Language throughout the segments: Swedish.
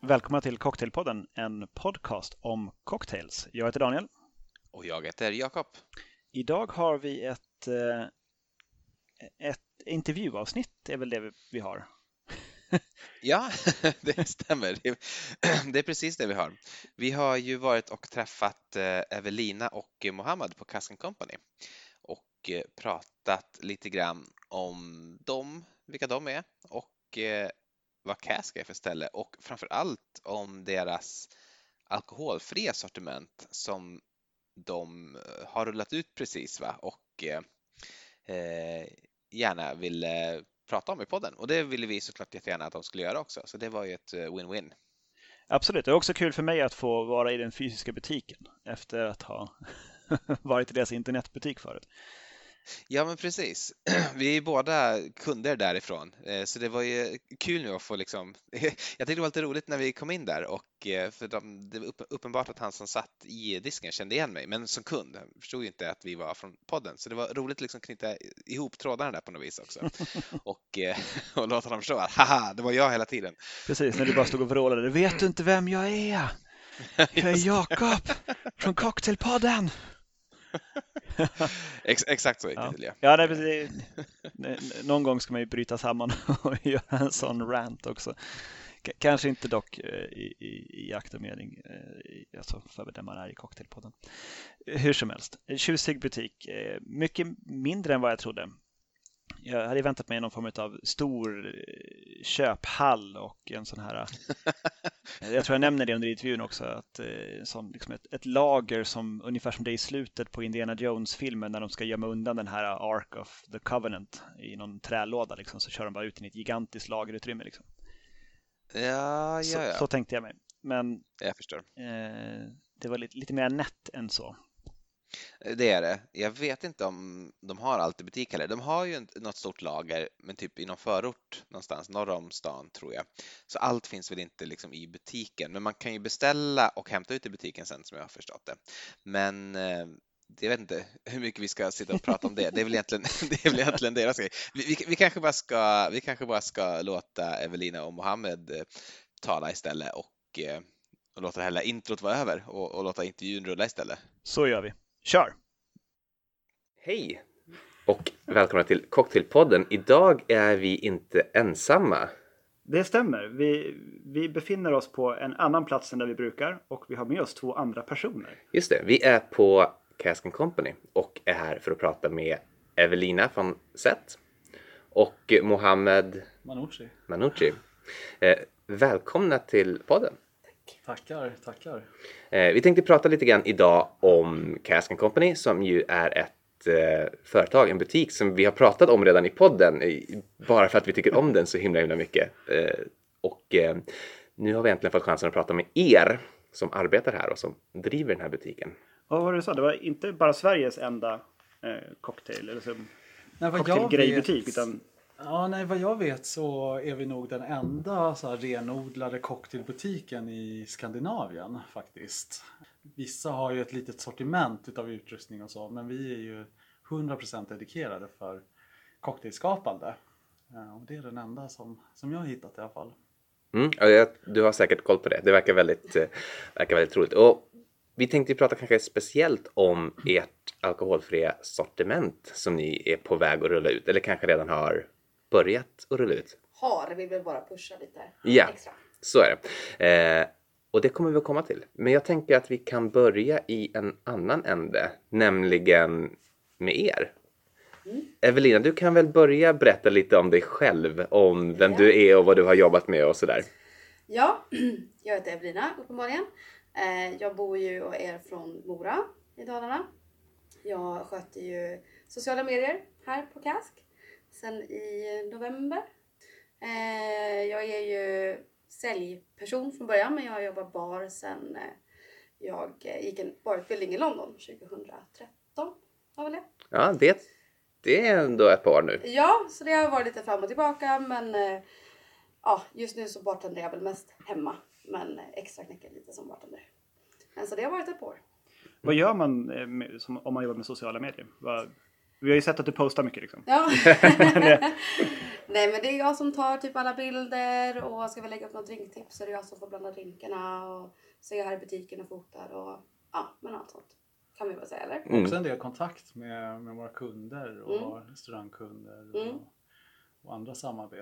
Välkomna till Cocktailpodden, en podcast om cocktails. Jag heter Daniel. Och jag heter Jakob. Idag har vi ett intervjuavsnitt, är väl det vi har. Ja, det stämmer. Det är precis det vi har. Vi har ju varit och träffat Evelina och Mohammed på Cask & Company och pratat lite grann om dem, vilka de är och vad Cask är för ställe och framför allt om deras alkoholfria sortiment som de har rullat ut precis och gärna vill prata om i podden. Och det ville vi såklart jättegärna att de skulle göra också. Så det var ju ett win-win. Absolut, det är också kul för mig att få vara i den fysiska butiken efter att ha varit i deras internetbutik förut. Ja, men precis. Vi är båda kunder därifrån, så det var ju kul nu att få liksom... Jag tyckte det var lite roligt när vi kom in där och för det var uppenbart att han som satt i disken kände igen mig, men som kund förstod ju inte att vi var från podden, så det var roligt liksom knyta ihop trådarna där på något vis också och låta dem förstå att haha, det var jag hela tiden. Precis, när du bara stod och vrålade, vet du inte vem jag är? Jag är Jakob från Cocktailpodden. Exakt så gick det till, ja. Någon gång ska man ju bryta samman och göra en sån rant också. Kanske inte dock i akt och mening, alltså för där man är i Cocktailpodden. Hur som helst, tjusig butik, mycket mindre än vad jag trodde. Jag hade väntat mig någon form av stor köphall och en sån här, jag tror jag nämner det under intervjun också, att sån, liksom ett lager som ungefär som det är i slutet på Indiana Jones-filmen när de ska gömma undan den här Ark of the Covenant i någon trälåda liksom, så kör de bara ut in i ett gigantiskt lagerutrymme liksom. Ja. Så tänkte jag mig, men jag förstår. Det var lite mer nätt än så. Det är det. Jag vet inte om de har allt i butik heller. De har ju något stort lager, men typ i någon förort någonstans norr om stan tror jag. Så allt finns väl inte liksom i butiken, men man kan ju beställa och hämta ut i butiken sen som jag har förstått det. Men jag vet inte hur mycket vi ska sitta och prata om det. Det är väl egentligen deras grej. Vi kanske bara ska låta Evelina och Mohammed tala istället och låta det här introt vara över och låta intervjun rulla istället. Så gör vi. Kör! Hej och välkomna till Cocktailpodden. Idag är vi inte ensamma. Det stämmer. Vi befinner oss på en annan plats än där vi brukar och vi har med oss 2 andra personer. Just det, vi är på Cask & Company och är här för att prata med Evelina från Set och Mohammed Manouchi. Välkomna till podden. Tackar. Vi tänkte prata lite grann idag om Cask & Company som ju är ett företag, en butik som vi har pratat om redan i podden bara för att vi tycker om den så himla mycket. Och nu har vi äntligen fått chansen att prata med er som arbetar här och som driver den här butiken. Vad var det du sa? Det var inte bara Sveriges enda cocktail eller så cocktailgrejbutik utan... Ja, nej, vad jag vet så är vi nog den enda så här renodlade cocktailbutiken i Skandinavien faktiskt. Vissa har ju ett litet sortiment utav utrustning och så, men vi är ju 100% dedikerade för cocktailskapande. Och det är den enda som jag har hittat i alla fall. Du har säkert koll på det. Det verkar väldigt roligt. Och vi tänkte prata kanske speciellt om ert alkoholfria sortiment som ni är på väg att rulla ut. Eller kanske redan har börjat att rulla ut. Vi vill bara pusha lite extra. Så är det. Och det kommer vi att komma till. Men jag tänker att vi kan börja i en annan ände. Nämligen med er. Evelina, du kan väl börja berätta lite om dig själv. Om vem du är och vad du har jobbat med och sådär. Ja, jag heter Evelina uppenbarligen. Jag bor ju och är från Mora i Dalarna. Jag sköter ju sociala medier här på Cask sen i november. Jag är ju säljperson från början, men jag jobbar bar sen jag gick en barutbildning i London 2013. Var väl det? Ja, det är ändå ett par år nu. Ja, så det har varit lite fram och tillbaka, men just nu så bartender jag väl mest hemma, men extra knäcker lite som bartender. Men så det har varit ett par år. Vad gör man om man jobbar med sociala medier? Vi har ju sett att du postar mycket liksom. Ja. Nej, men det är jag som tar typ alla bilder och ska vi lägga upp något drinktips så är det jag som får blanda drinkarna och så är jag här i butiken och fotar och ja, men allt sånt. Kan vi väl säga, eller? Också en del kontakt med våra kunder och restaurangkunder och andra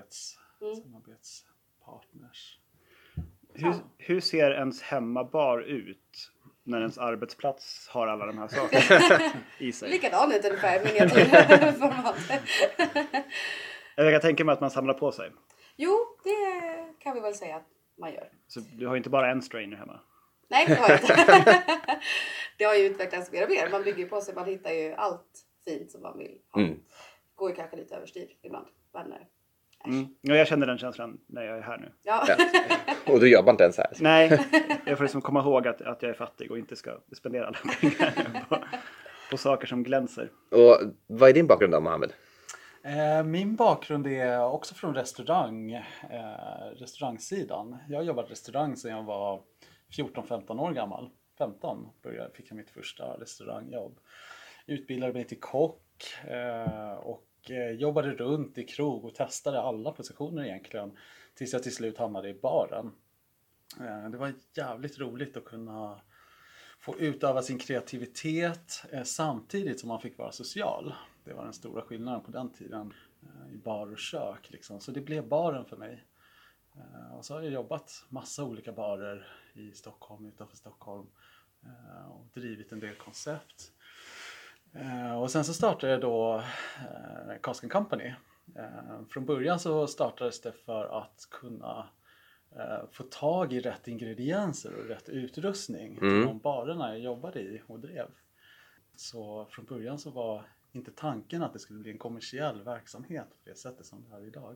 samarbetspartners. Hur ser ens hemmabar ut när ens arbetsplats har alla de här sakerna i sig? Likadan ut ungefär, miniatyrformat. Jag kan tänka mig att man samlar på sig. Jo, det kan vi väl säga att man gör. Så du har inte bara en strainer hemma? Nej, det har jag inte. Det har ju utvecklats mer och mer. Man bygger ju på sig, man hittar ju allt fint som man vill ha. Går ju kanske lite överstyr ibland. Men, Ja, jag känner den känslan när jag är här nu. ja. Och du jobbar inte ens här? Nej, jag får liksom komma ihåg att jag är fattig och inte ska spendera alla pengar på saker som glänser. Och vad är din bakgrund då, Mohammed? Min bakgrund är också från restaurangsidan. Jag har jobbat restaurang sedan jag var 14-15 år gammal. 15 fick jag mitt första restaurangjobb. Utbildade mig till kock och jobbade runt i krog och testade alla positioner egentligen. Tills jag till slut hamnade i baren. Det var jävligt roligt att kunna få utöva sin kreativitet samtidigt som man fick vara social. Det var den stora skillnaden på den tiden i bar och kök. Liksom. Så det blev baren för mig. Och så har jag jobbat massa olika barer i Stockholm, utanför Stockholm. Och drivit en del koncept. Och sen så startade jag då Cask & Company. Från början så startades det för att kunna få tag i rätt ingredienser och rätt utrustning till de barerna jag jobbade i och drev. Så från början så var inte tanken att det skulle bli en kommersiell verksamhet på det sättet som det är idag.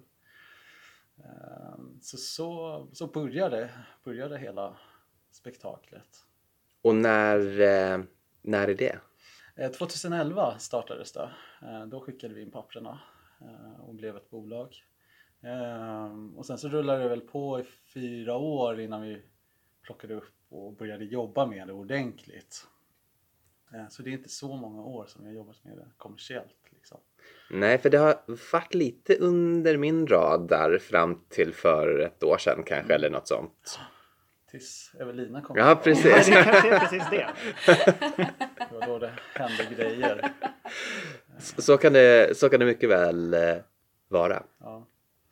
Så började hela spektaklet. Och när är det? 2011 startades det. Då skickade vi in papperna och blev ett bolag. Och sen så rullade det väl på i 4 år innan vi plockade upp och började jobba med det ordentligt. Så det är inte så många år som jag har jobbat med det kommersiellt. Liksom. Nej, för det har varit lite under min radar fram till för ett år sedan kanske, eller något sånt. Tills Evelina kom. Ja, precis. Det kanske är precis det. Det var då det hände grejer. Så kan det mycket väl vara. Ja.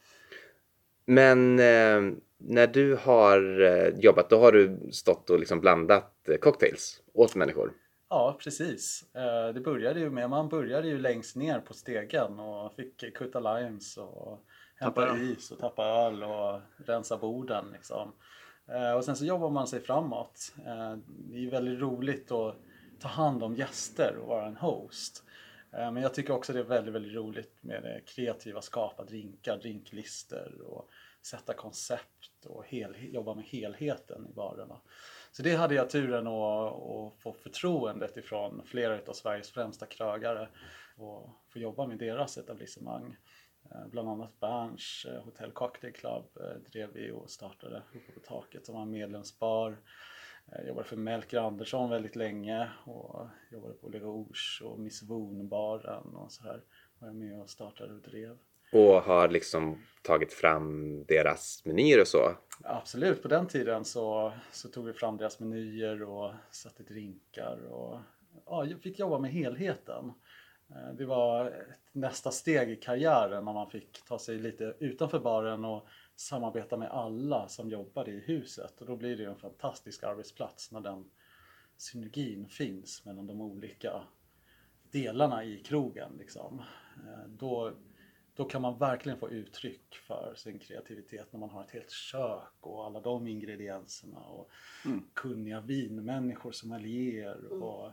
Men när du har jobbat, då har du stått och liksom blandat cocktails åt människor. Ja, precis. Det började ju med, man började ju längst ner på stegen och fick kutta limes och hämta is och tappa öl och rensa borden liksom. Och sen så jobbar man sig framåt. Det är väldigt roligt att ta hand om gäster och vara en host. Men jag tycker också det är väldigt, väldigt roligt med det kreativa, skapa drinkar, drinklister och sätta koncept och jobba med helheten i barerna. Så det hade jag turen att få förtroendet ifrån flera av Sveriges främsta krögare och få jobba med deras etablissemang. Bland annat Berns Hotel Cocktail Club drev vi och startade uppe på taket som var en medlemsbar. Jag jobbade för Melker Andersson väldigt länge och jobbade på Le Rouge och Miss Woon-baren och så här. Var jag med och startade och drev. Och har liksom tagit fram deras menyer och så. Absolut, på den tiden så tog vi fram deras menyer och satte drinkar och ja, jag fick jobba med helheten. Det var nästa steg i karriären när man fick ta sig lite utanför baren och samarbeta med alla som jobbade i huset. Och då blir det en fantastisk arbetsplats när den synergin finns mellan de olika delarna i krogen. Liksom. Då kan man verkligen få uttryck för sin kreativitet när man har ett helt kök och alla de ingredienserna och kunniga vinmänniskor som allierar och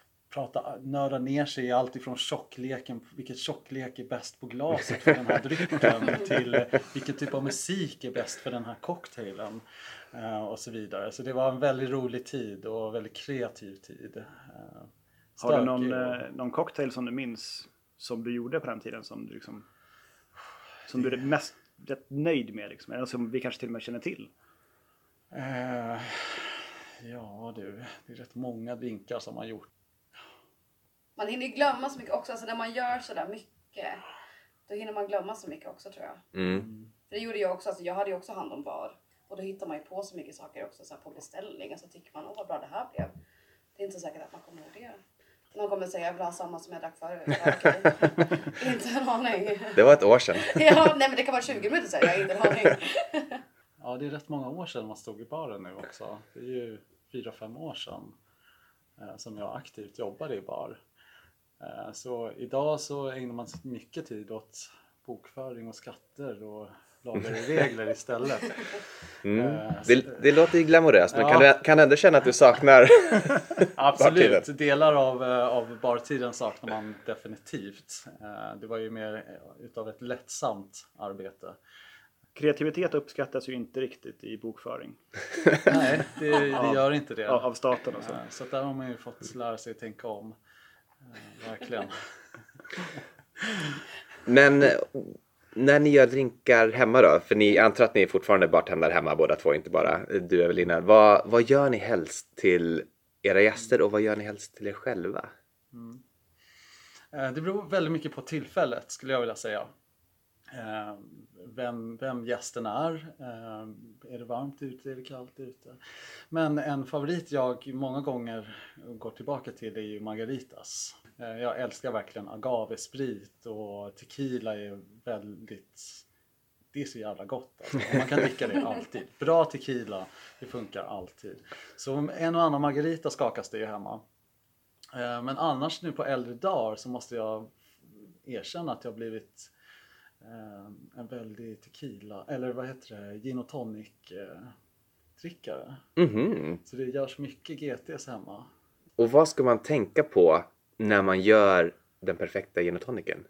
nörda ner sig i allt ifrån tjockleken, vilket tjocklek är bäst på glaset för den här drycken till vilken typ av musik är bäst för den här cocktailen och så vidare. Så det var en väldigt rolig tid och väldigt kreativ tid. Har du någon cocktail som du minns som du gjorde på den tiden som du är mest rätt nöjd med liksom, eller som vi kanske till och med känner till? Ja du, det är rätt många drinkar som man gjort. Man hinner glömma så mycket också, alltså när man gör sådär mycket. Då hinner man glömma så mycket också, tror jag. För det gjorde jag också. Alltså, jag hade ju också hand om bar. Och då hittar man ju på så mycket saker också så här på beställning. Och så tycker man, vad bra det här blev. Det är inte så säkert att man kommer ihåg det. Någon kommer säga, jag vill ha samma som jag drack förut. Ja, okay. Inte en aning. Det var ett år sedan. Ja, nej men det kan vara 20 minuter sedan. Jag har inte en aning. Ja, det är rätt många år sedan man stod i baren nu också. Det är ju 4-5 år sedan som jag aktivt jobbade i bar. Så idag så ägnar man mycket tid åt bokföring och skatter och lagar och regler istället. Det låter ju glamoröst, men kan du ändå känna att du saknar Absolut, bartiden? delar av bartiden saknar man definitivt. Det var ju mer utav ett lättsamt arbete. Kreativitet uppskattas ju inte riktigt i bokföring. Nej, det gör inte det. Av staten och så. Så där har man ju fått lära sig att tänka om. Verkligen. Men när ni gör drinkar hemma då, för ni antar att ni fortfarande bartendar hemma båda två, inte bara du Evelina. Vad gör ni helst till era gäster och vad gör ni helst till er själva? Det beror väldigt mycket på tillfället, skulle jag vilja säga. Vem gästen är det varmt ute, är det kallt ute. Men en favorit jag många gånger går tillbaka till är ju margaritas. Jag älskar verkligen agavesprit och tequila är det är så jävla gott alltså. Man kan dricka det alltid. Bra tequila, det funkar alltid. Så en och annan margarita skakas det ju hemma. Men annars nu på äldre dagar så måste jag erkänna att jag blivit en väldigt tequila, eller vad heter det, gin och tonic drickare. Så det görs mycket GTs hemma. Och vad ska man tänka på när man gör den perfekta gin och tonicen?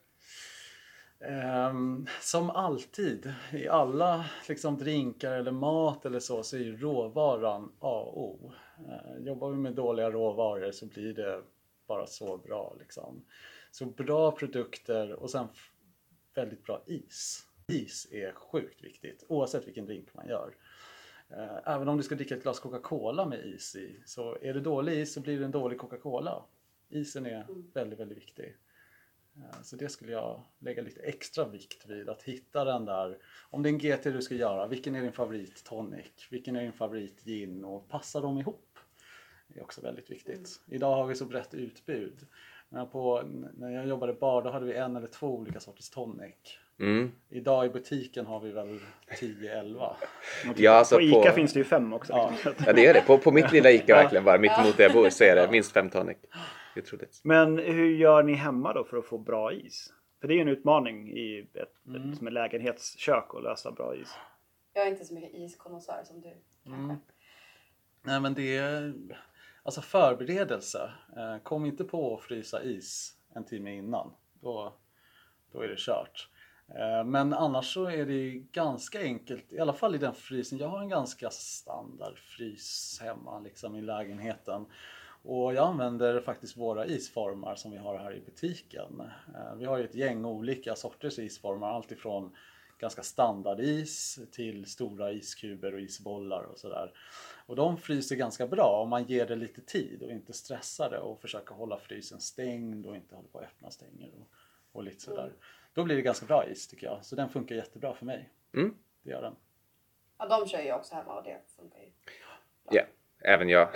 Som alltid i alla liksom drinkar eller mat eller så är ju råvaran A och O. Jobbar vi med dåliga råvaror så blir det bara så bra liksom. Så bra produkter och sen väldigt bra is. Is är sjukt viktigt oavsett vilken drink man gör. Även om du ska dricka ett glas Coca-Cola med is i, så är det dålig is så blir det en dålig Coca-Cola. Isen är väldigt, väldigt viktig. Så det skulle jag lägga lite extra vikt vid, att hitta den där. Om det är en GT du ska göra, vilken är din favorit tonic? Vilken är din favorit gin? Och passar de ihop? Det är också väldigt viktigt. Idag har vi så brett utbud. När jag jobbade bar då hade vi 1 eller 2 olika sorters tonic. Idag i butiken har vi väl 10-11. Ja, alltså på Ica finns det ju 5 också. Ja, det är det. På mitt lilla Ica verkligen bara mitt emot där jag bor så är det minst 5 tonic. Men hur gör ni hemma då för att få bra is? För det är ju en utmaning i ett som ett lägenhetskök att lösa bra is. Jag är inte så mycket iskonnässör som du kanske. Nej, men det är alltså förberedelse. Kom inte på att frysa is en timme innan. Då är det kört. Men annars så är det ganska enkelt, i alla fall i den frysen. Jag har en ganska standard frys hemma liksom i lägenheten. Och jag använder faktiskt våra isformar som vi har här i butiken. Vi har ju ett gäng olika sorters isformar. Allt ifrån ganska standard is till stora iskuber och isbollar och sådär. Och de fryser ganska bra om man ger det lite tid och inte stressar det. Och försöker hålla frysen stängd och inte hålla på att öppna stänger och lite sådär. Då blir det ganska bra is tycker jag. Så den funkar jättebra för mig. Det gör den. Ja, de kör jag också hemma och det funkar ju. Ja, även jag.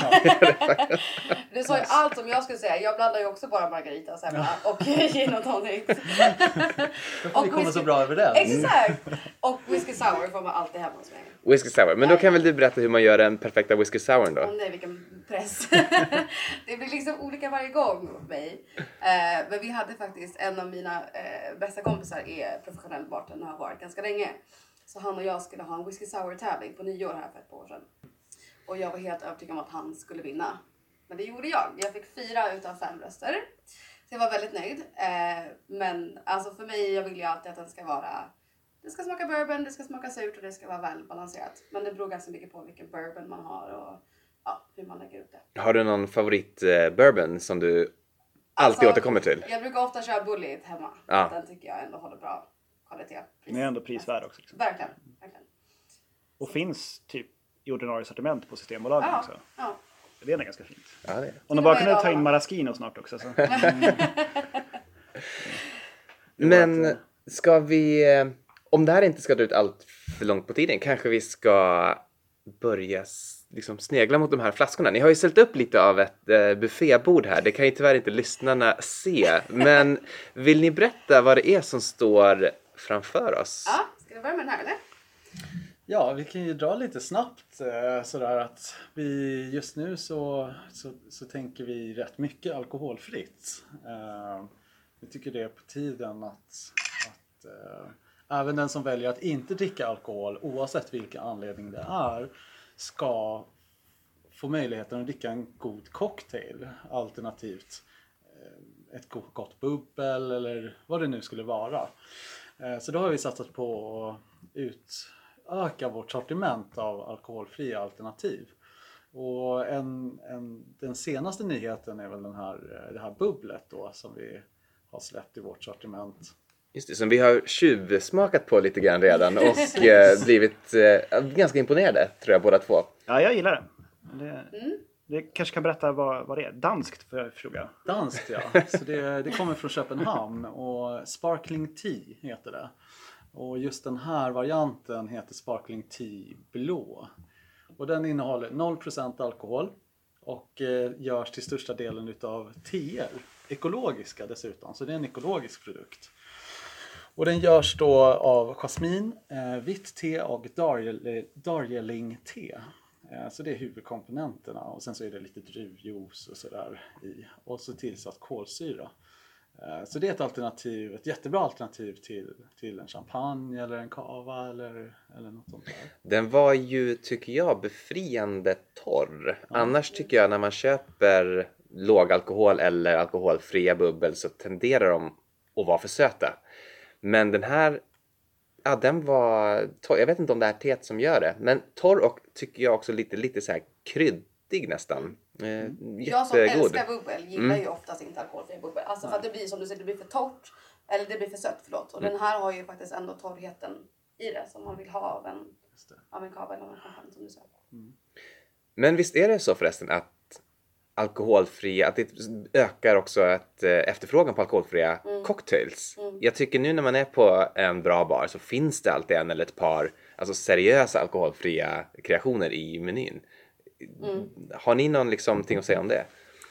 Du sa ju allt som jag skulle säga. Jag blandar ju också bara margaritas hemma och gin och tonic. Och vi kommer så bra överens. Exakt! Och whisky sour får man alltid hemma hos mig. Whisky sour. Men då kan väl du berätta hur man gör den perfekta whisky sour då? Nej, vilken press. Det blir liksom olika varje gång för mig. Men vi hade faktiskt en av mina bästa kompisar är professionell bartender och har varit ganska länge. Så han och jag skulle ha en whisky sour tävling på nyår här för ett par år sedan. Och jag var helt övertygad om att han skulle vinna. Men det gjorde jag. Jag fick 4 utav 5 röster. Så jag var väldigt nöjd. Men alltså för mig, jag vill ju alltid att den ska vara... Det ska smaka bourbon, det ska smaka surt och det ska vara välbalanserat. Men det beror ganska mycket på vilken bourbon man har och hur man lägger upp det. Har du någon favorit bourbon som du alltid återkommer till? Jag brukar ofta köra Bullet hemma. Ja. Den tycker jag ändå håller bra kvalitet. Den är ändå prisvärd också. Liksom. Verkligen. Och finns typ i ordinarie sortiment på Systembolagen också. Ja. Det är ganska fint. Ja, det är. Och de bara kunde ta in Maraschino snart också. Så. Men ska vi, om det här inte ska dra ut allt för långt på tiden, kanske vi ska börja liksom snegla mot de här flaskorna. Ni har ju ställt upp lite av ett buffébord här. Det kan ju tyvärr inte lyssnarna se. Men vill ni berätta vad det är som står framför oss? Ja, ska vi börja med den här eller? Ja, vi kan ju dra lite snabbt sådär att vi just nu så tänker vi rätt mycket alkoholfritt. Vi tycker det är på tiden att även den som väljer att inte dricka alkohol, oavsett vilken anledning det är, ska få möjligheten att dricka en god cocktail, alternativt ett gott bubbel eller vad det nu skulle vara. Så då har vi satsat på att utöka vårt sortiment av alkoholfria alternativ. Och den senaste nyheten är väl det här bubblet då som vi har släppt i vårt sortiment. Just det, som vi har tjuvsmakat på lite grann redan och blivit ganska imponerade, tror jag, båda två. Ja, jag gillar det. Det kanske kan berätta vad det är. Danskt, förstod jag. Danskt, ja. Så det kommer från Köpenhamn och Sparkling Tea heter det. Och just den här varianten heter Sparkling Tea Blå. Och den innehåller 0% alkohol och görs till största delen utav teer. Ekologiska dessutom, så det är en ekologisk produkt. Och den görs då av jasmin, vitt te och darjeeling-te. Så det är huvudkomponenterna och sen så är det lite druvjuice och sådär i. Och så tillsatt kolsyra. Så det är ett jättebra alternativ till en champagne eller en cava eller något sånt där. Den var ju, tycker jag, befriande torr. Annars tycker jag när man köper lågalkohol eller alkoholfria bubbel så tenderar de att vara för söta. Men den här, ja, den var torr. Jag vet inte om det är teet som gör det. Men torr och tycker jag också lite så här kryddig nästan. Jag som älskar bubbel gillar ju oftast inte alkoholfri bubbel. Alltså för att det blir som du säger, det blir för torrt. Eller det blir för sött, förlåt. Och den här har ju faktiskt ändå torrheten i det som man vill ha av en cava eller en champagne som du sa. Men visst är det så förresten att alkoholfria, att det ökar också efterfrågan på alkoholfria cocktails. Jag tycker nu när man är på en bra bar så finns det alltid en eller ett par alltså seriösa alkoholfria kreationer i menyn. Har ni någonting att säga om det?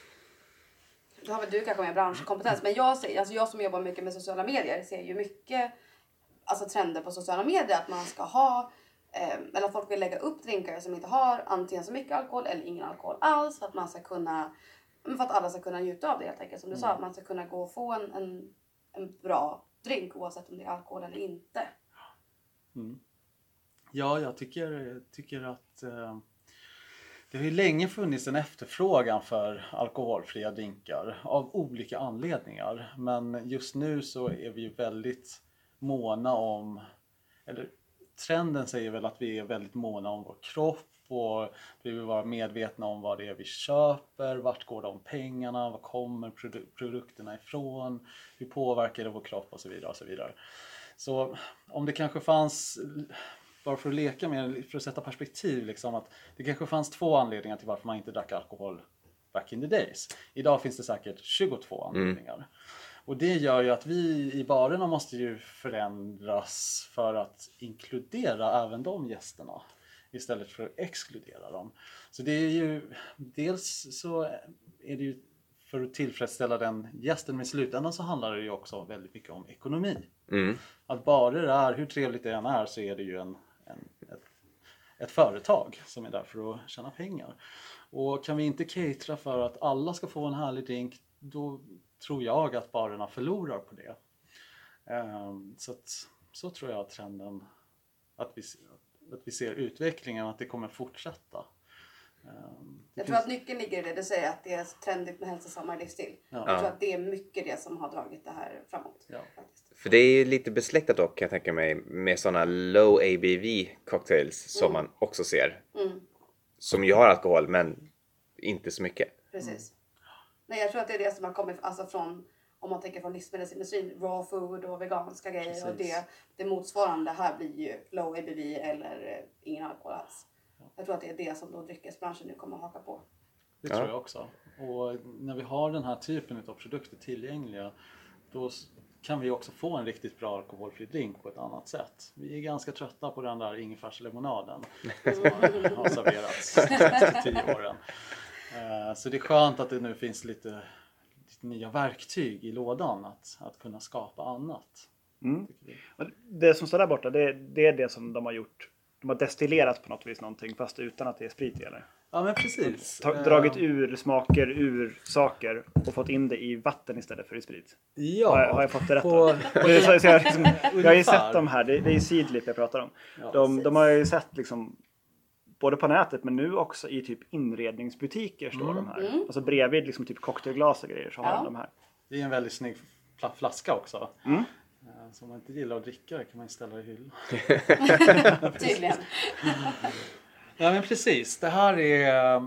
Då har väl du kanske mer branschkompetens. Men jag som jobbar mycket med sociala medier ser ju mycket trender på sociala medier. Att man ska ha, eller folk vill lägga upp drinkar som inte har antingen så mycket alkohol eller ingen alkohol alls. För att man ska kunna, för att alla ska kunna njuta av det helt enkelt. Som du sa, att man ska kunna gå och få en bra drink oavsett om det är alkohol eller inte. Ja, jag tycker att det har ju länge funnits en efterfrågan för alkoholfria drinkar av olika anledningar. Men just nu så är vi ju väldigt måna om, eller trenden säger väl att vi är väldigt måna om vår kropp och vi vill vara medvetna om vad det är vi köper, vart går de pengarna, var kommer produkterna ifrån, hur påverkar det vår kropp och så vidare och så vidare. Så om det kanske fanns, bara för att leka med, för att sätta perspektiv liksom, att det kanske fanns 2 anledningar till varför man inte drack alkohol back in the days. Idag finns det säkert 22 anledningar. Och det gör ju att vi i barerna måste ju förändras för att inkludera även de gästerna istället för att exkludera dem. Så det är ju, dels så är det ju för att tillfredsställa den gästen, men i slutändan så handlar det ju också väldigt mycket om ekonomi. Att barer är, hur trevligt det än är, så är det ju ett företag som är där för att tjäna pengar. Och kan vi inte catera för att alla ska få en härlig drink, då tror jag att barerna förlorar på det. Så tror jag att trenden, att vi ser utvecklingen, att det kommer fortsätta. Jag tror att nyckeln ligger i det. Du säger att det är trendigt med hälsosammare livsstil. Ja. Jag tror att det är mycket det som har dragit det här framåt. Ja. För det är ju lite besläktat dock, kan jag tänka mig, med sådana low ABV cocktails som man också ser. Som ju har alkohol, men inte så mycket. Precis. Nej, jag tror att det är det som har kommit från, om man tänker från livsmedelsindustrin, raw food och veganska grejer. Precis. Och det motsvarande här blir ju low ABV eller ingen alkohol alls. Jag tror att det är det som då dryckesbranschen nu kommer att haka på. Det tror jag också. Och när vi har den här typen av produkter tillgängliga, då kan vi också få en riktigt bra alkoholfri drink på ett annat sätt. Vi är ganska trötta på den där ingefärslemonaden som har serverats de senaste 10 åren. Så det är skönt att det nu finns lite nya verktyg i lådan att kunna skapa annat. Det som står där borta, det är det som de har gjort. De har destillerat på något vis någonting fast utan att det är sprit eller? Ja, men precis. Dragit ur smaker ur saker och fått in det i vatten istället för i sprit. Ja. Har jag fått det rätt då? Jag har ju sett de här, det är Seedlip jag pratar om. Ja, de har ju sett liksom både på nätet men nu också i typ inredningsbutiker står de här. Alltså bredvid liksom typ cocktailglas och grejer så har de här. Det är en väldigt snygg flaska också. Så om man inte gillar att dricka det kan man ställa i hyllan. Tydligen. Ja, men precis. Det här är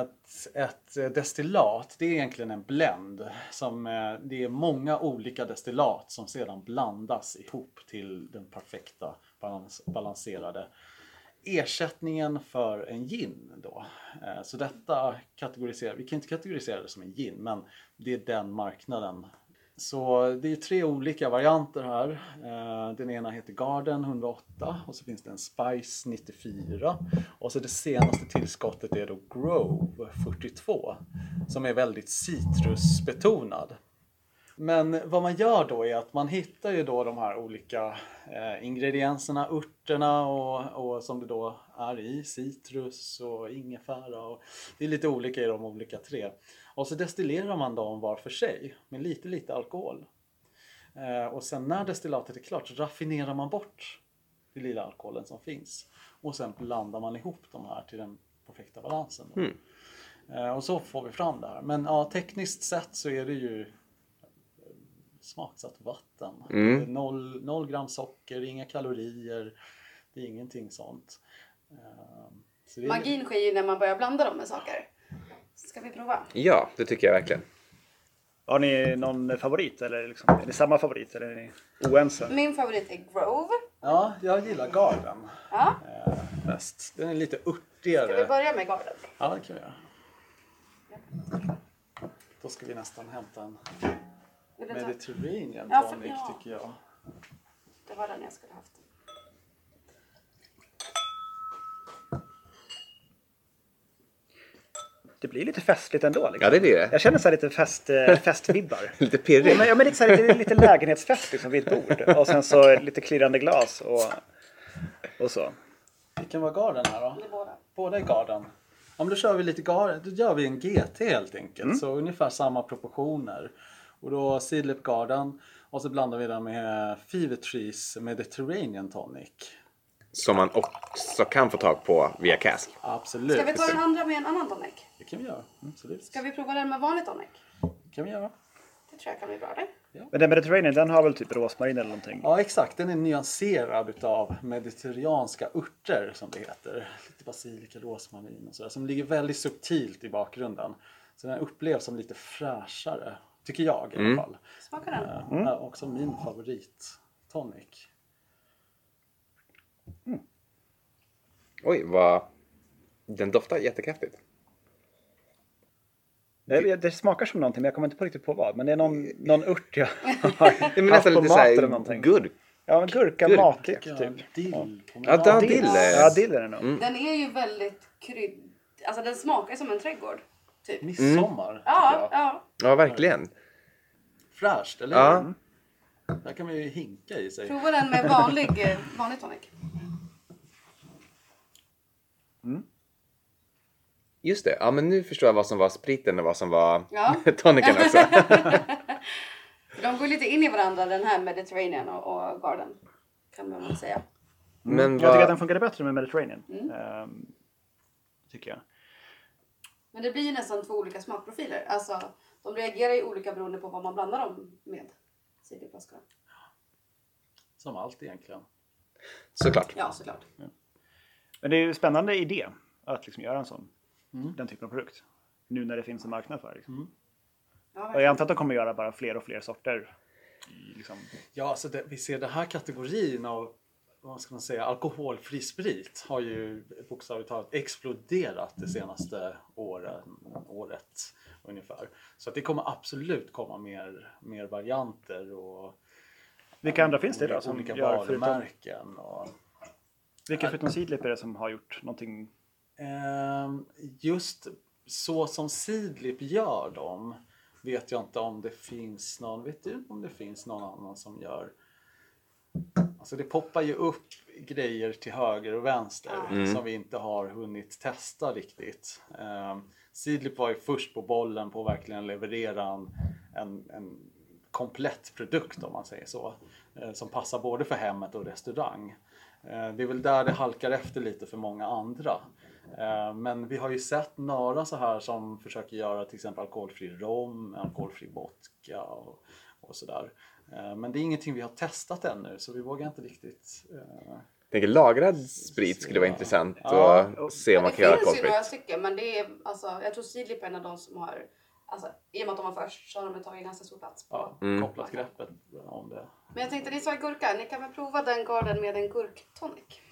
ett destillat. Det är egentligen en blend. Det är många olika destillat som sedan blandas ihop till den perfekta balanserade ersättningen för en gin då. Så detta vi kan inte kategorisera det som en gin, men det är den marknaden. Så det är 3 olika varianter här. Den ena heter Garden 108 och så finns det en Spice 94. Och så det senaste tillskottet är då Grove 42 som är väldigt citrusbetonad. Men vad man gör då är att man hittar ju då de här olika ingredienserna, örterna och som det då är i citrus och ingefära. Och det är lite olika i de olika 3. Och så destillerar man dem var för sig med lite alkohol. Och sen när destillatet är klart så raffinerar man bort den lilla alkoholen som finns. Och sen blandar man ihop de här till den perfekta balansen. Och så får vi fram det här. Men ja, tekniskt sett så är det ju smaksatt vatten. 0 gram socker, inga kalorier, det är ingenting sånt. Så Magin sker ju när man börjar blanda dem med saker. Ska vi prova? Ja, det tycker jag verkligen. Har ni någon favorit eller liksom, är det samma favorit eller är ni oense? Min favorit är Grove. Ja, jag gillar Garden Ja. mest. Den är lite örtigare. Ska vi börja med Garden? Ja, det kan vi göra. Då ska vi nästan hämta en Mediterranean tonic tycker jag. Det var den jag skulle haft. Det blir lite festligt ändå. Liksom. Ja, det blir det. Jag känner så här lite festvibbar. Lite pirrig. Men liksom, det är lite lägenhetsfest liksom, vid ett bord. Och sen så lite klirrande glas och så. Vilken var Garden här då? Det är båda. Båda är Garden. Ja, men då kör vi lite Garden. Då gör vi en GT helt enkelt. Så ungefär samma proportioner. Och då Seedlip Garden. Och så blandar vi den med Fever Trees Mediterranean Tonic. Som man också kan få tag på via Cask. Absolut. Ska vi ta den andra med en annan tonic? Det kan vi göra. Absolut. Ska vi prova den med vanlig tonic? Det kan vi göra. Det tror jag kan bli bra det. Men den Mediterranean, den har väl typ rosmarin eller någonting? Ja, exakt. Den är nyanserad utav mediterranska örter som det heter. Lite basilika, rosmarin och sådär. Som ligger väldigt subtilt i bakgrunden. Så den upplevs som lite fräschare. Tycker jag i alla fall. Smakar den? Också min favorit tonic. Oj, den doftar jättekraftigt. Det smakar som någonting men jag kommer inte på riktigt på vad. Men det är någon ört jag har Det är nästan lite såhär gurk. Ja, gurka matigt typ. Dill. Ja, dill. Ja, dill är det nog. Den är ju väldigt alltså den smakar som en trädgård. Typ. Midsommar, tycker Ja, jag. ja. Ja, verkligen. Fräscht, eller Ja. hur? Där kan man ju hinka i sig. Prova den med vanlig tonic. Just det. Ja, men nu förstår jag vad som var spriten och vad som var Ja. tonicen också. De går lite in i varandra, den här Mediterranean och Garden. Kan man väl säga. Men Jag tycker att den funkade bättre med Mediterranean. Tycker jag. Men det blir ju nästan 2 olika smakprofiler. Alltså, de reagerar ju olika beroende på vad man blandar dem med. Ciderflaskorna. Som allt egentligen. Såklart. Ja, såklart. Men det är ju en spännande idé att liksom göra en sån. Den typen av produkt. Nu när det finns en marknad för det. Liksom. Ja, Och jag antar att de kommer göra bara fler och fler sorter. Liksom. Ja, så vi ser den här kategorin av, vad ska man säga, alkoholfri sprit har ju bokstavligt talat exploderat det senaste året ungefär. Så att det kommer absolut komma mer varianter och Vilka andra finns det då som olika gör förutom... varumärken. Vilka förutom Seedlip är det som har gjort någonting? Just så som Seedlip gör dem vet jag inte om det finns någon. Vet du om det finns någon annan som gör? Alltså det poppar ju upp grejer till höger och vänster som vi inte har hunnit testa riktigt. Seedlip var ju först på bollen på att verkligen leverera en komplett produkt, om man säger så. Som passar både för hemmet och restaurang. Det är väl där det halkar efter lite för många andra. Men vi har ju sett några så här som försöker göra till exempel alkoholfri rom, alkoholfri vodka och sådär. Men det är ingenting vi har testat ännu, så vi vågar inte riktigt... Jag tänker lagrad sprit skulle vara intressant att se om man kan göra Det finns ju alkoholfritt. några stycken, men det är, alltså, jag tror Seedlip är en av de som har, alltså, i och med att de var först så har de tagit ganska stor plats på. Kopplat greppet om det. Men jag tänkte, ni sa gurka, ni kan väl prova den garden med en gurktonic?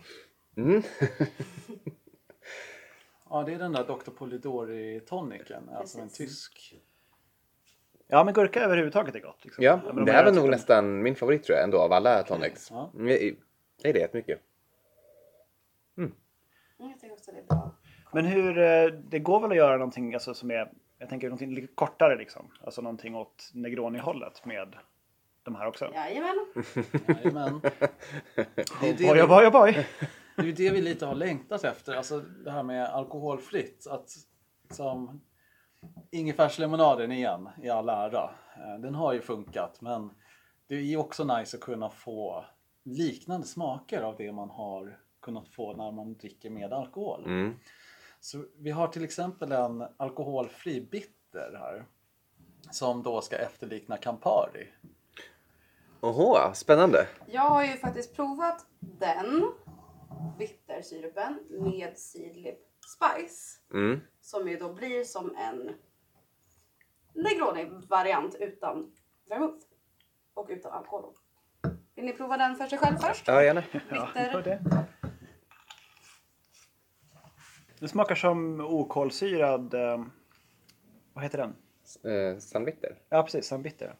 Ja, det är den där Dr. Polidori tonicen, alltså en tysk. Ja, men gurka överhuvudtaget är gott. Liksom. Ja, men det här var nog nästan min favorit tror jag ändå av alla tonics. Ja. Det är det jättemycket. Jag tycker också det är bra. Men hur, det går väl att göra någonting alltså, som är, jag tänker någonting lite kortare liksom. Alltså någonting åt Negroni-hållet med de här också. Jajamän. Jajamän. Boy. Det är ju det vi lite har längtat efter. Alltså det här med alkoholfritt. Att som ingefärslemonaden igen i all ära. Den har ju funkat, men det är ju också nice att kunna få liknande smaker av det man har kunnat få när man dricker med alkohol. Så vi har till exempel en alkoholfri bitter här som då ska efterlikna Campari. Oho, spännande. Jag har ju faktiskt provat den bittersyrupen med Seedlip Spice. Som ju då blir som en Negroni-variant utan vermouth och utan alkohol. Vill ni prova den för sig själv först? Ja, gärna. Bitter. Det smakar som okolsyrad, vad heter den? Sandbitter. Ja, precis, sambitter.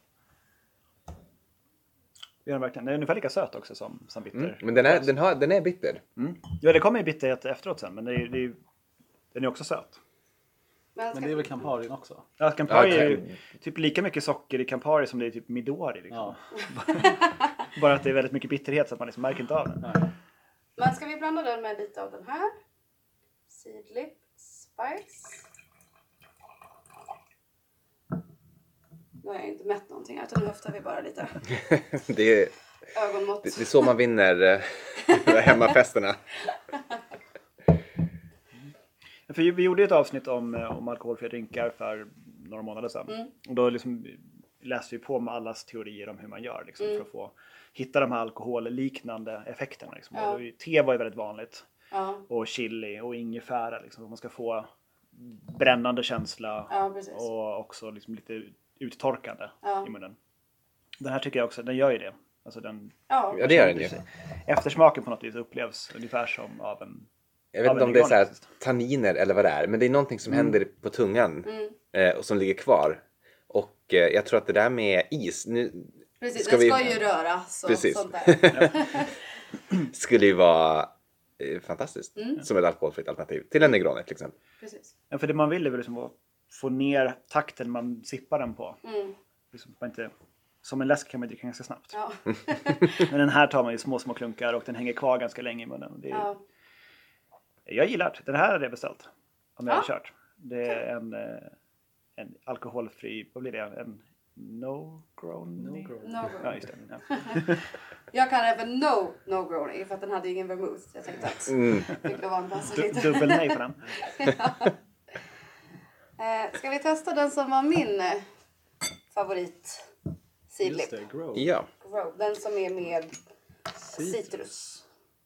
Det är den verkligen. Den är ungefär lika söt också som sambitter. Men den är bitter. Ja, det kommer ju bitterhet efteråt sen, men den är också söt. Men det är väl Campari också? Ja, Campari är ju typ lika mycket socker i Campari som det är typ Midori. Liksom. Ja. Bara att det är väldigt mycket bitterhet så att man liksom märker inte av den. Nej. Men ska vi blanda den med lite av den här? Seedlip Spice. Nu har jag inte mätt någonting utan nu höftar vi bara lite. Det är Ögonmått. Det är så man vinner hemmafesterna. För vi gjorde ett avsnitt om alkoholfria drinkar för några månader sedan. Och då liksom läste vi på om allas teorier om hur man gör liksom, för att hitta de här alkoholliknande effekterna. Liksom. Ja. Och te var ju väldigt vanligt. Ja. Och chili och ingefära. Liksom, man ska få brännande känsla och också liksom lite uttorkande i munnen. Den här tycker jag också, den gör ju det. Alltså ja, det gör den ju. Eftersmaken på något vis upplevs ungefär som av en... Jag vet inte om det är så här tanniner eller vad det är. Men det är någonting som händer på tungan och som ligger kvar. Och jag tror att det där med is... Precis, ska ju röra. Sånt där. Skulle ju vara fantastiskt. Som ett alkoholfritt alternativ. Till en Negroni till exempel. Precis. Ja, för det man vill är väl liksom få ner takten man sippar den på. Liksom, man inte, som en läsk kan man dricka ganska snabbt. Ja. Men den här tar man ju små klunkar och den hänger kvar ganska länge i munnen. Det är, jag gillar det. Den här hade jag beställt. Om jag hade kört. Det är en alkoholfri, vad blir det? En no-grony? Ja, just det. Ja. Jag kallar det för no-grony för att den hade ingen vermouth. Jag tänkte att det var en pass lite. Dubbel nej på den. Ska vi testa den som var min favorit? Seedlip. Just det, Grove. Ja. Grove. Den som är med citrus.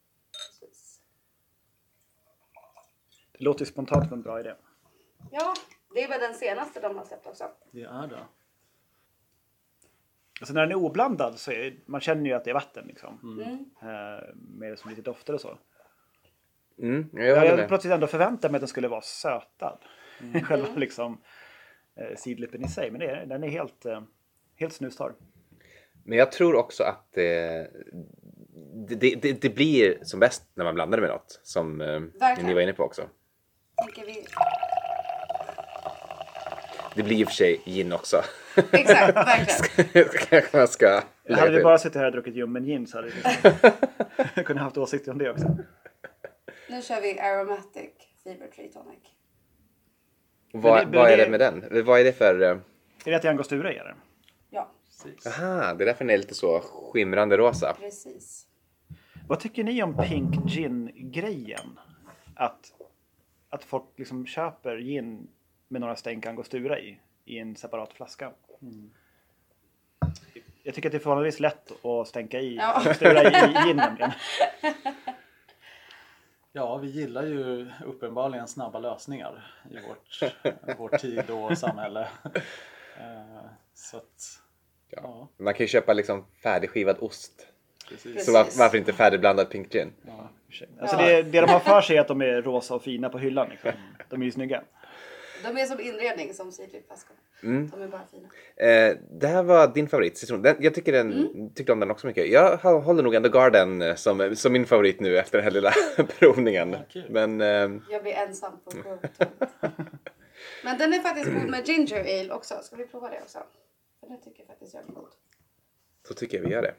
Det låter ju spontant som en bra idé. Ja, det är väl den senaste de har släppt också. Det är det. Alltså när den är oblandad så man känner ju att det är vatten liksom. Med som lite dofter och så. Jag plötsligt ändå förväntade mig att den skulle vara sötad. Själva liksom seedlippen i sig. Men den är helt snustorr. Men jag tror också att det blir som bäst när man blandar det med något. Som ni var inne på också. Tänker vi... Det blir i och för sig gin också. Exakt, verkligen. Kanske man ska Hade vi bara suttit här och druckit ljummen gin så hade vi kunnat haft åsikter om det också. Nu kör vi Aromatic Fever Tree Tonic. Vad är det med den? Vad är det för... Är det att det är angostura i det? Ja, Aha, det är därför den är lite så skimrande rosa. precis. Vad tycker ni om pink gin-grejen? Att folk liksom köper gin med några stänk angostura i en separat flaska. Jag tycker att det är förhållandevis lätt att stänka i angostura i gin nämligen. Ja, vi gillar ju uppenbarligen snabba lösningar i vår tid och samhälle. Så att, ja. Man kan ju köpa liksom färdigskivad ost. Precis. Så varför inte färdigblandad pink gin? Ja. Alltså det de har för sig är att de är rosa och fina på hyllan. Liksom. De är ju snygga. De är som inredning, som citrusflaskor. De är bara fina. Det här var din favorit, citron. Jag tyckte om den också mycket. Jag håller nog ändå Garden som min favorit nu efter den här lilla provningen. Kul. Men, Jag blir ensam på Grove. Men den är faktiskt god med ginger ale också. Ska vi prova det också? För det tycker jag faktiskt jag är god. så tycker jag vi gör det.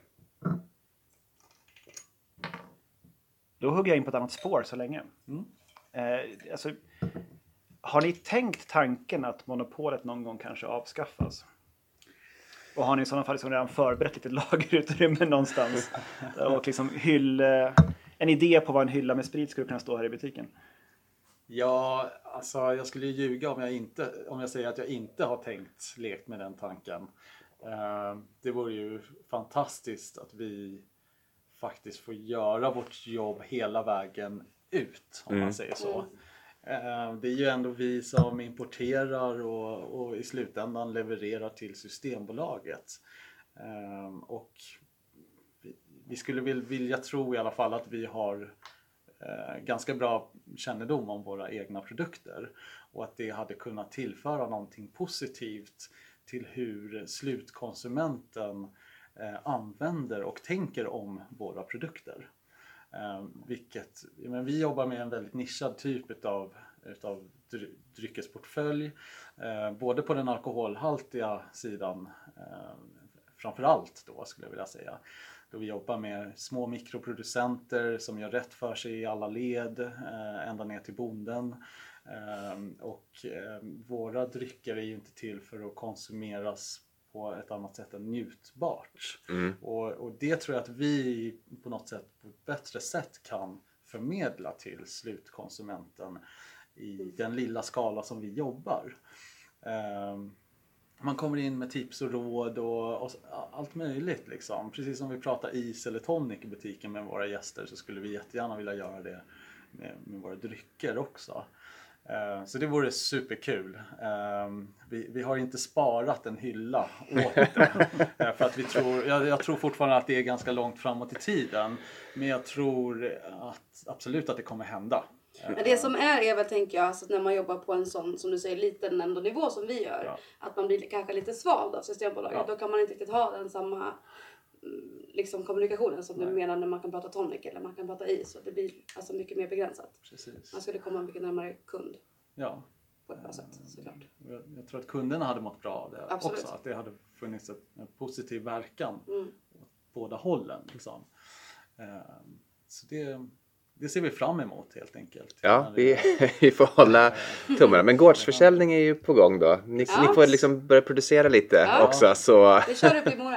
Då hugger jag in på ett annat spår så länge. Alltså, har ni tänkt tanken att monopolet någon gång kanske avskaffas? Och har ni i sådana fall liksom redan förberett lite lagerutrymme någonstans? Och liksom en idé på vad en hylla med sprit skulle kunna stå här i butiken? Ja, alltså jag skulle ju ljuga om jag säger att jag inte har lekt med den tanken. Det vore ju fantastiskt att vi faktiskt får göra vårt jobb hela vägen ut, om man säger så. Det är ju ändå vi som importerar och i slutändan levererar till Systembolaget. Och vi skulle vilja tro i alla fall att vi har ganska bra kännedom om våra egna produkter. Och att det hade kunnat tillföra någonting positivt till hur slutkonsumenten använder och tänker om våra produkter. Vi jobbar med en väldigt nischad typ utav dryckesportfölj. Både på den alkoholhaltiga sidan framförallt då skulle jag vilja säga. Då vi jobbar med små mikroproducenter som gör rätt för sig i alla led ända ner till bonden. Våra drycker är ju inte till för att konsumeras på ett annat sätt än njutbart. Och det tror jag att vi på något sätt på ett bättre sätt kan förmedla till slutkonsumenten i den lilla skala som vi jobbar. Man kommer in med tips och råd och allt möjligt liksom. Precis som vi pratar is eller tonic i butiken med våra gäster, så skulle vi jättegärna vilja göra det med våra drycker också. Så det vore superkul. Vi har inte sparat en hylla åt det. För att jag tror fortfarande att det är ganska långt framåt i tiden. Men jag tror absolut att det kommer hända. Men det som är väl, tänker jag, alltså när man jobbar på en sån, som du säger, liten ändå nivå som vi gör. Ja. Att man blir kanske lite svald av Systembolaget. Ja. Då kan man inte riktigt ha den samma liksom kommunikationen som du menar när man kan prata tonic eller man kan prata is. Så det blir alltså mycket mer begränsat. Precis. Man skulle komma mycket närmare kund. Ja. På ett bra sätt, såklart. Jag tror att kunderna hade mått bra av det. Absolut. Också. Att det hade funnits en positiv verkan åt båda hållen. Liksom. Så det ser vi fram emot helt enkelt. Ja, vi får hålla tummarna. Men gårdsförsäljning är ju på gång då. Ni får liksom börja producera lite också. Så. Vi kör upp i Mora.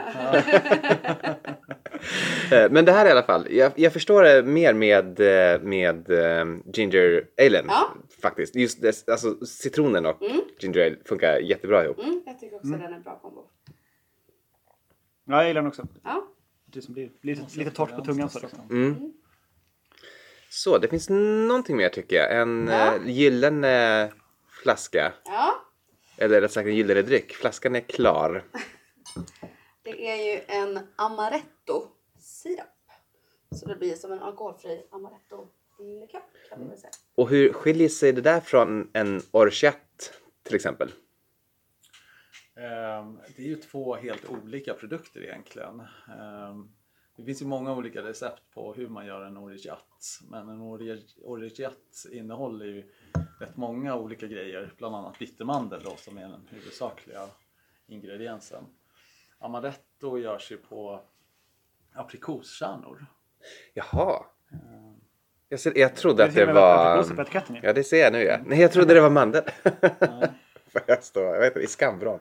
Men det här i alla fall. Jag förstår det mer med ginger alen faktiskt. Just det, alltså citronen och ginger ale funkar jättebra ihop. Jag tycker också att den är en bra kombo. Ja, jag gillar den också. Ja. Det som blir lite torrt på tungan så liksom. Så, det finns någonting mer tycker jag. En gyllene flaska. Ja. Eller rätt sagt en gyllene dryck. Flaskan är klar. Det är ju en amaretto-sirap. Så det blir som en alkoholfri amaretto-likör, kan man väl säga. Och hur skiljer sig det där från en orchette till exempel? Det är ju 2 helt olika produkter egentligen. Det finns ju många olika recept på hur man gör en orgeat. Men en orgeat innehåller ju rätt många olika grejer. Bland annat bittermandel då, som är den huvudsakliga ingrediensen. Amaretto görs ju på aprikoskärnor. Jaha. Jag trodde att det med var... aprikoser på etiketten ju. Ja, det ser jag nu. Ja. Nej, jag trodde det var mandel. Får jag vet inte, i skambron.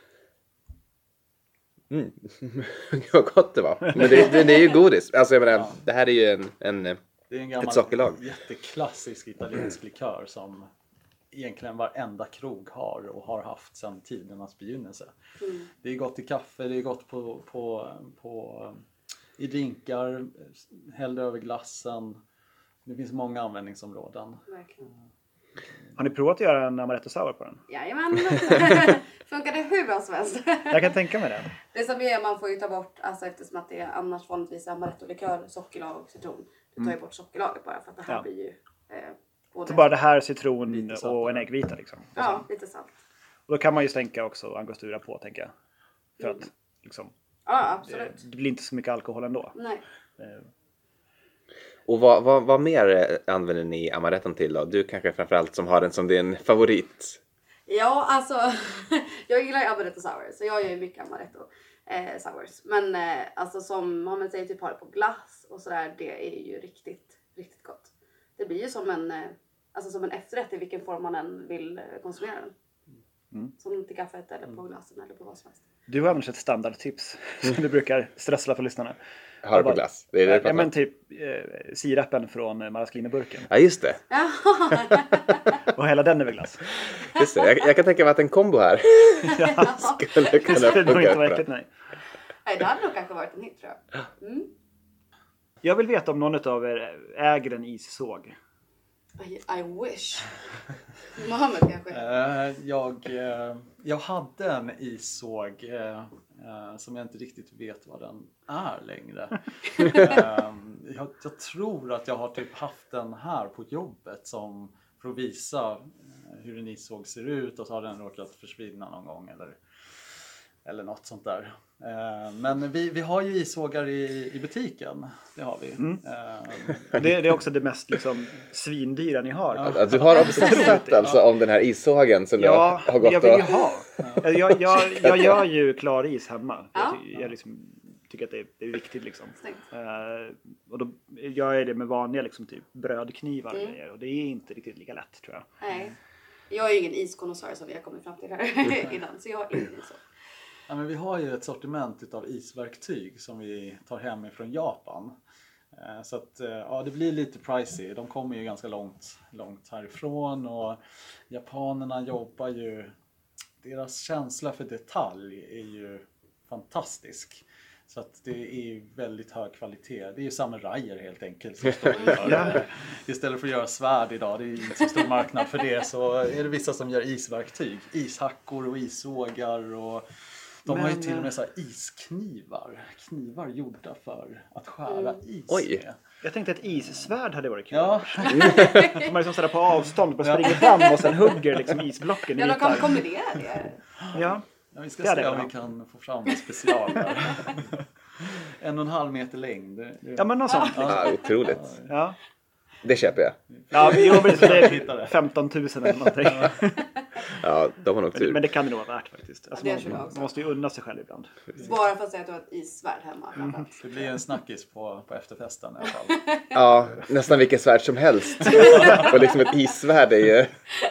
Vad gott det var. Men det är ju godis. Alltså jag menar, det här är ju Det är en gammal ett sockerlag. jätteklassisk italiensk likör som egentligen varenda krog har och har haft sedan tidernas begynnelse. Det är gott i kaffe, det är gott i drinkar, hällde över glassen. Det finns många användningsområden. Verkligen. Har ni provat att göra en amaretto sour på den? Jajamän. Funkar det hur bra som helst. Jag kan tänka mig det. Det som är, man får ju ta bort, alltså eftersom att det är annars vanligtvis amaretto-likör, sockerlag och citron. Du tar ju bort sockerlaget bara för att det här blir ju Så bara det här, citron och en äggvita liksom? Ja, lite salt. Och då kan man ju stänka också angostura på, tänker jag. För att liksom, Ja, absolut. det blir inte så mycket alkohol ändå. Nej. Och vad mer använder ni amaretton till då? Du kanske framförallt som har den som din favorit. Ja, alltså jag gillar ju amaretto sour, så jag gör ju mycket amaretto sours. Men alltså som man säger typ har det på glass och sådär, det är ju riktigt, riktigt gott. Det blir ju som en efterrätt i vilken form man än vill konsumera den. Som till kaffet eller på glassen eller på vad som helst. Du har annars ett standardtips som du brukar strössla för lyssnarna. Har det på glass? Det är det ja, men typ sirapen från maraschino-burken. Ja, just det. Och hela den är väl glass. Just det. Jag kan tänka mig att en kombo här skulle kunna Det skulle nog inte vara funka. äckligt, nej. Nej, det hade nog kanske varit en hit, tror jag. Jag vill veta om någon av er äger en issåg. I wish. Mohammed kanske. Jag hade en issåg som jag inte riktigt vet vad den är längre. Jag tror att jag har typ haft den här på jobbet som för att visa hur en issåg ser ut, och så har den råkat försvinna någon gång eller något sånt där. Men vi har ju issågar i butiken. Det har vi. Det är också det mest liksom, svindyra ni har. Att du har obsessat alltså om den här issågen som Ja, har gått jag vill ju ha. Jag gör ju klar is hemma. Ja. Jag liksom, tycker att det är viktigt liksom. Snyggt. Och då gör jag det med vanliga liksom, typ brödknivar och grejer. Och det är inte riktigt lika lätt, tror jag. Nej. Jag är ju ingen iskonnässör som vi har kommit fram till här innan. Så jag har ingen isåg. Ja, men vi har ju ett sortiment av isverktyg som vi tar hem från Japan. Så att ja, det blir lite pricey. De kommer ju ganska långt härifrån, och japanerna jobbar ju, deras känsla för detalj är ju fantastisk. Så att det är ju väldigt hög kvalitet. Det är ju samurajer helt enkelt som står och gör. Istället för att göra svärd idag, det är ju inte så stor marknad för det, så är det vissa som gör isverktyg. Ishackor och issågar, och de har ju till och med så här isknivar. Knivar gjorda för att skära is med. Jag tänkte att issvärd hade varit kul. Ja. Man liksom ställer på avstånd, bara springer fram och sen hugger liksom isblocken i Ja, de kan bitar. kombinera det. Ja. Ja, vi ska Det är se det om bra. vi kan få fram en special där. 1,5 meter längd. Ja, men något sånt. Ja, otroligt. Ja. Det köper jag. Ja, det är 15 000 eller någonting. Ja, de har nog tur. Men det kan det nog vara värt faktiskt. Alltså, Det tror jag man också. måste ju unna sig själv ibland. Bara för att säga att du har ett issvärd hemma. framförallt. Det blir en snackis på efterfesten i alla fall. Ja, nästan vilken svärd som helst. Och liksom ett issvärd är ju...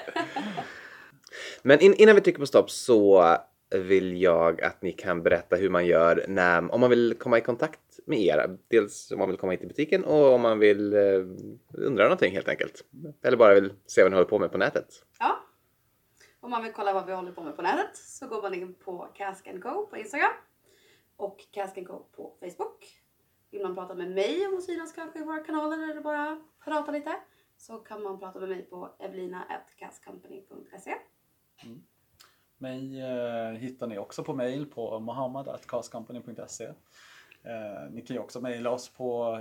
Men innan vi trycker på stopp så vill jag att ni kan berätta hur man gör om man vill komma i kontakt med er. Dels om man vill komma hit till butiken, och om man vill undra någonting helt enkelt. Eller bara vill se vad ni håller på med på nätet. Ja. Om man vill kolla vad vi håller på med på nätet så går man in på Cask & Co på Instagram. Och Cask & Co på Facebook. Vill man prata med mig om att synas kanske i våra kanaler eller bara prata lite, så kan man prata med mig på evelina@caskcompany.se. Mig hittar ni också på mail på mohammad@caskcompany.se. Ni kan ju också mejla oss på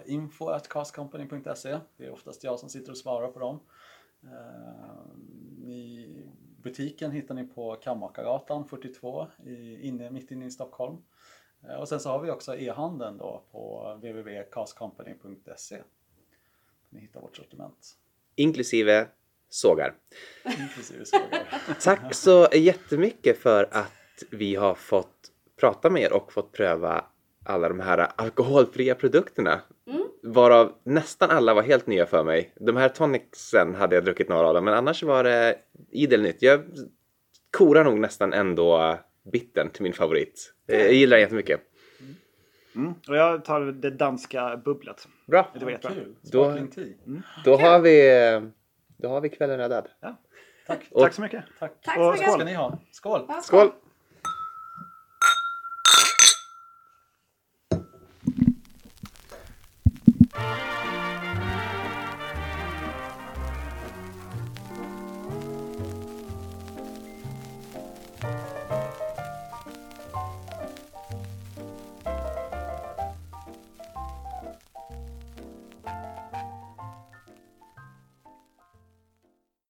info@caskcompany.se. Det är oftast jag som sitter och svarar på dem. Ni Butiken hittar ni på Kammakargatan 42 mitt inne i Stockholm. Och sen så har vi också e-handeln då på www.caskcompany.se. Ni hittar vårt sortiment. Inklusive sågar. Inklusive sågar. Tack så jättemycket för att vi har fått prata med er och fått pröva alla de här alkoholfria produkterna. Varav nästan alla var helt nya för mig. De här tonicsen hade jag druckit några av dem, men annars var det idel nytt. Jag korar nog nästan ändå bittern till min favorit. Jag gillar den jättemycket. Och jag tar det danska bubblet. Bra. Det var jättebra. Kul. Sparkling tea. Då har vi kvällen räddad. Ja. Tack så mycket. Tack. Tack så Och mycket. skål ska ni ha. Skål. Ja, Skål!